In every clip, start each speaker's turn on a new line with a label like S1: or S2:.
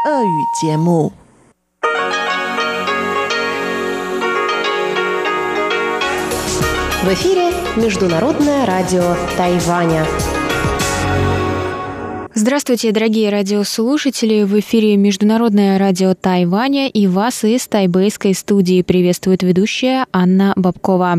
S1: 俄语节目。
S2: В эфире Международное радио Тайваня.
S3: Здравствуйте, дорогие радиослушатели! В эфире Международное радио Тайваня, и вас из тайбэйской студии приветствует ведущая Анна Бабкова.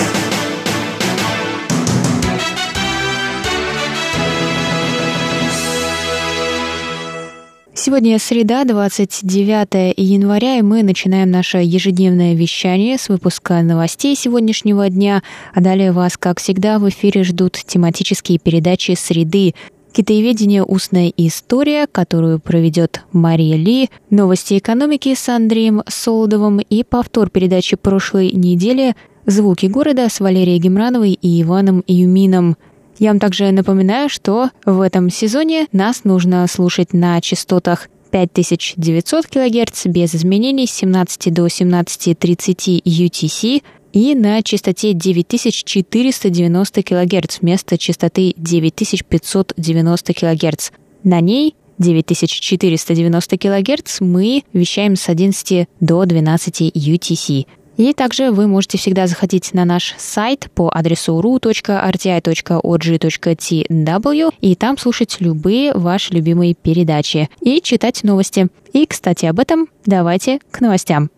S3: Сегодня среда, 29 января, и мы начинаем наше ежедневное вещание с выпуска новостей сегодняшнего дня. А далее вас, как всегда, в эфире ждут тематические передачи «Среды», китаеведение «Устная история», которую проведет Мария Ли, новости экономики с Андреем Солодовым и повтор передачи прошлой недели «Звуки города» с Валерией Гемрановой и Иваном Юмином. Я вам также напоминаю, что в этом сезоне нас нужно слушать на частотах 5900 кГц без изменений с 17 до 17:30 UTC и на частоте 9490 кГц вместо частоты 9590 кГц. На ней 9490 кГц мы вещаем с 11 до 12 UTC. И также вы можете всегда заходить на наш сайт по адресу ru.rti.org.tw и там слушать любые ваши любимые передачи и читать новости. И, кстати, об этом давайте к новостям.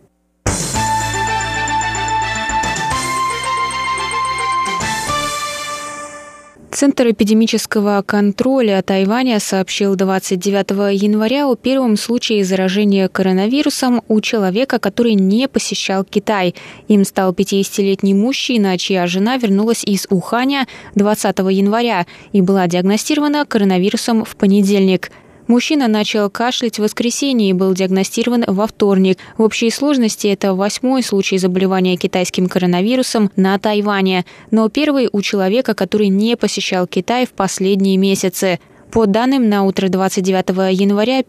S3: Центр эпидемического контроля Тайваня сообщил 29 января о первом случае заражения коронавирусом у человека, который не посещал Китай. Им стал 50-летний мужчина, чья жена вернулась из Уханя 20 января и была диагностирована коронавирусом в понедельник. Мужчина начал кашлять в воскресенье и был диагностирован во вторник. В общей сложности это 8-й случай заболевания китайским коронавирусом на Тайване, но первый у человека, который не посещал Китай в последние месяцы. По данным на утро 29 января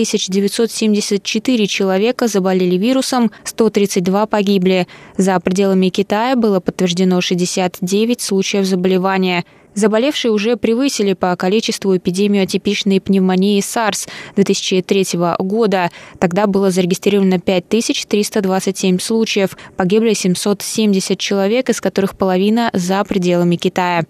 S3: 5974 человека заболели вирусом, 132 погибли. За пределами Китая было подтверждено 69 случаев заболевания. Заболевшие уже превысили по количеству эпидемию атипичной пневмонии SARS 2003 года. Тогда было зарегистрировано 5327 случаев. Погибли 770 человек, из которых половина за пределами Китая.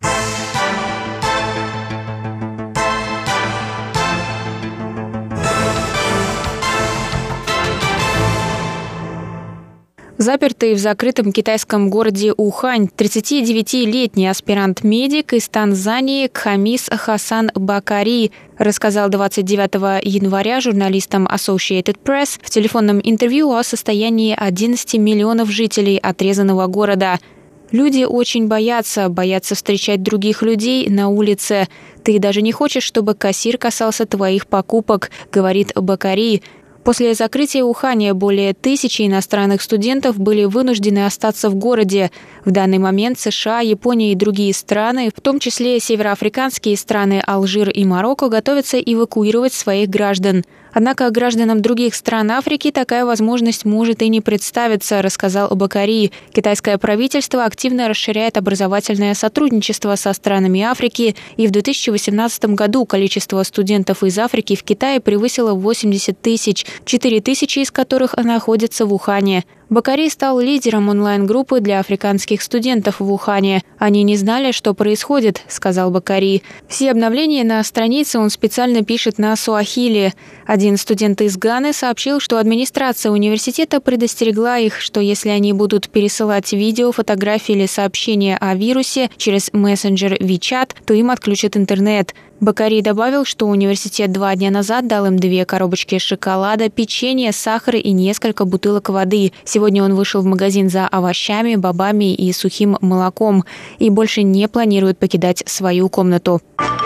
S3: Запертый в закрытом китайском городе Ухань 39-летний аспирант-медик из Танзании Кхамис Хасан Бакари рассказал 29 января журналистам Associated Press в телефонном интервью о состоянии 11 миллионов жителей отрезанного города. «Люди очень боятся встречать других людей на улице. Ты даже не хочешь, чтобы кассир касался твоих покупок», — говорит Бакари. После закрытия Уханя более 1000 иностранных студентов были вынуждены остаться в городе. В данный момент США, Япония и другие страны, в том числе североафриканские страны Алжир и Марокко, готовятся эвакуировать своих граждан. Однако гражданам других стран Африки такая возможность может и не представиться, рассказал Бакари. Китайское правительство активно расширяет образовательное сотрудничество со странами Африки, и в 2018 году количество студентов из Африки в Китае превысило 80 тысяч, 4 тысячи из которых находятся в Ухане. Бакари стал лидером онлайн-группы для африканских студентов в Ухане. «Они не знали, что происходит», — сказал Бакари. Все обновления на странице он специально пишет на суахили. Один студент из Ганы сообщил, что администрация университета предостерегла их, что если они будут пересылать видео, фотографии или сообщения о вирусе через мессенджер WeChat, то им отключат интернет. Бакари добавил, что университет 2 дня назад дал им 2 коробочки шоколада, печенье, сахара и несколько бутылок воды. Сегодня он вышел в магазин за овощами, бобами и сухим молоком и больше не планирует покидать свою комнату.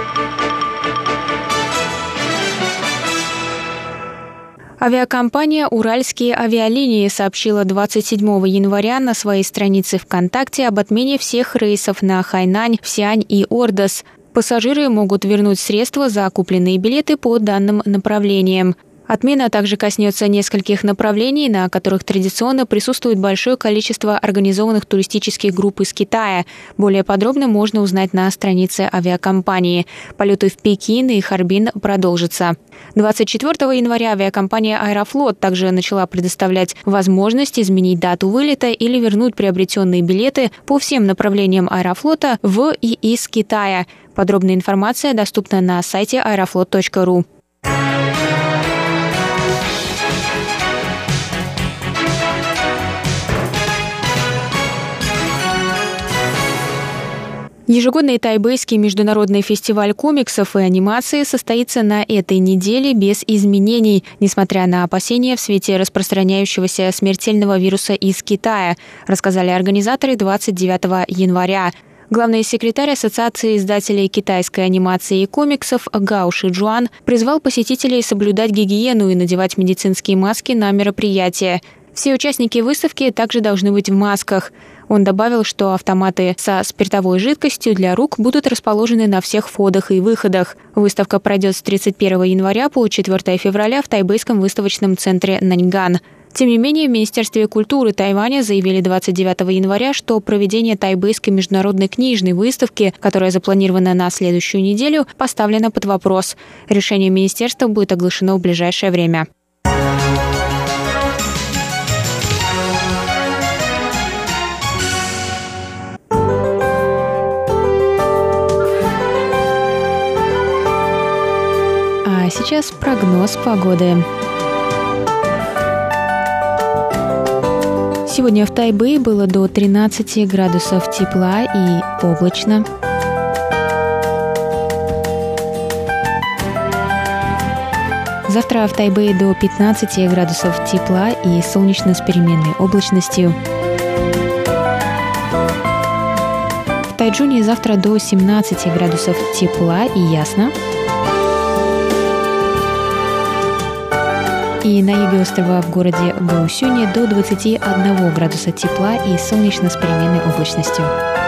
S3: Авиакомпания «Уральские авиалинии» сообщила 27 января на своей странице ВКонтакте об отмене всех рейсов на Хайнань, Всянь и Ордос. Пассажиры могут вернуть средства за купленные билеты по данным направлениям. Отмена также коснется нескольких направлений, на которых традиционно присутствует большое количество организованных туристических групп из Китая. Более подробно можно узнать на странице авиакомпании. Полеты в Пекин и Харбин продолжатся. 24 января авиакомпания «Аэрофлот» также начала предоставлять возможность изменить дату вылета или вернуть приобретенные билеты по всем направлениям «Аэрофлота» в и из Китая. Подробная информация доступна на сайте aeroflot.ru. Ежегодный тайбэйский международный фестиваль комиксов и анимации состоится на этой неделе без изменений, несмотря на опасения в свете распространяющегося смертельного вируса из Китая, рассказали организаторы 29 января. Главный секретарь Ассоциации издателей китайской анимации и комиксов Гао Шиджуан призвал посетителей соблюдать гигиену и надевать медицинские маски на мероприятие. Все участники выставки также должны быть в масках. Он добавил, что автоматы со спиртовой жидкостью для рук будут расположены на всех входах и выходах. Выставка пройдет с 31 января по 4 февраля в тайбэйском выставочном центре Наньган. Тем не менее, в Министерстве культуры Тайваня заявили 29 января, что проведение тайбэйской международной книжной выставки, которая запланирована на следующую неделю, поставлено под вопрос. Решение министерства будет оглашено в ближайшее время. А сейчас прогноз погоды. Сегодня в Тайбэе было до 13 градусов тепла и облачно. Завтра в Тайбэе до 15 градусов тепла и солнечно с переменной облачностью. В Тайчжуне завтра до 17 градусов тепла и ясно. И на юге острова в городе Гаосюне до 21 градуса тепла и солнечно с переменной облачностью.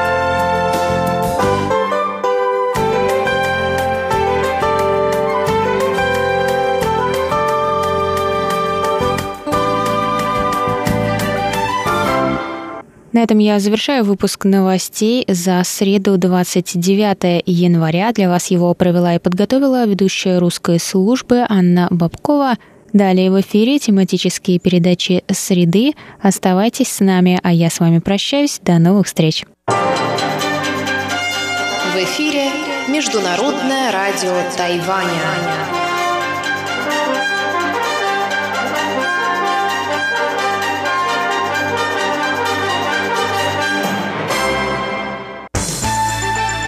S3: На этом я завершаю выпуск новостей за среду, 29 января. Для вас его провела и подготовила ведущая русской службы Анна Бабкова. Далее в эфире тематические передачи «Среды». Оставайтесь с нами, а я с вами прощаюсь. До новых встреч.
S2: В эфире Международное радио Тайваня.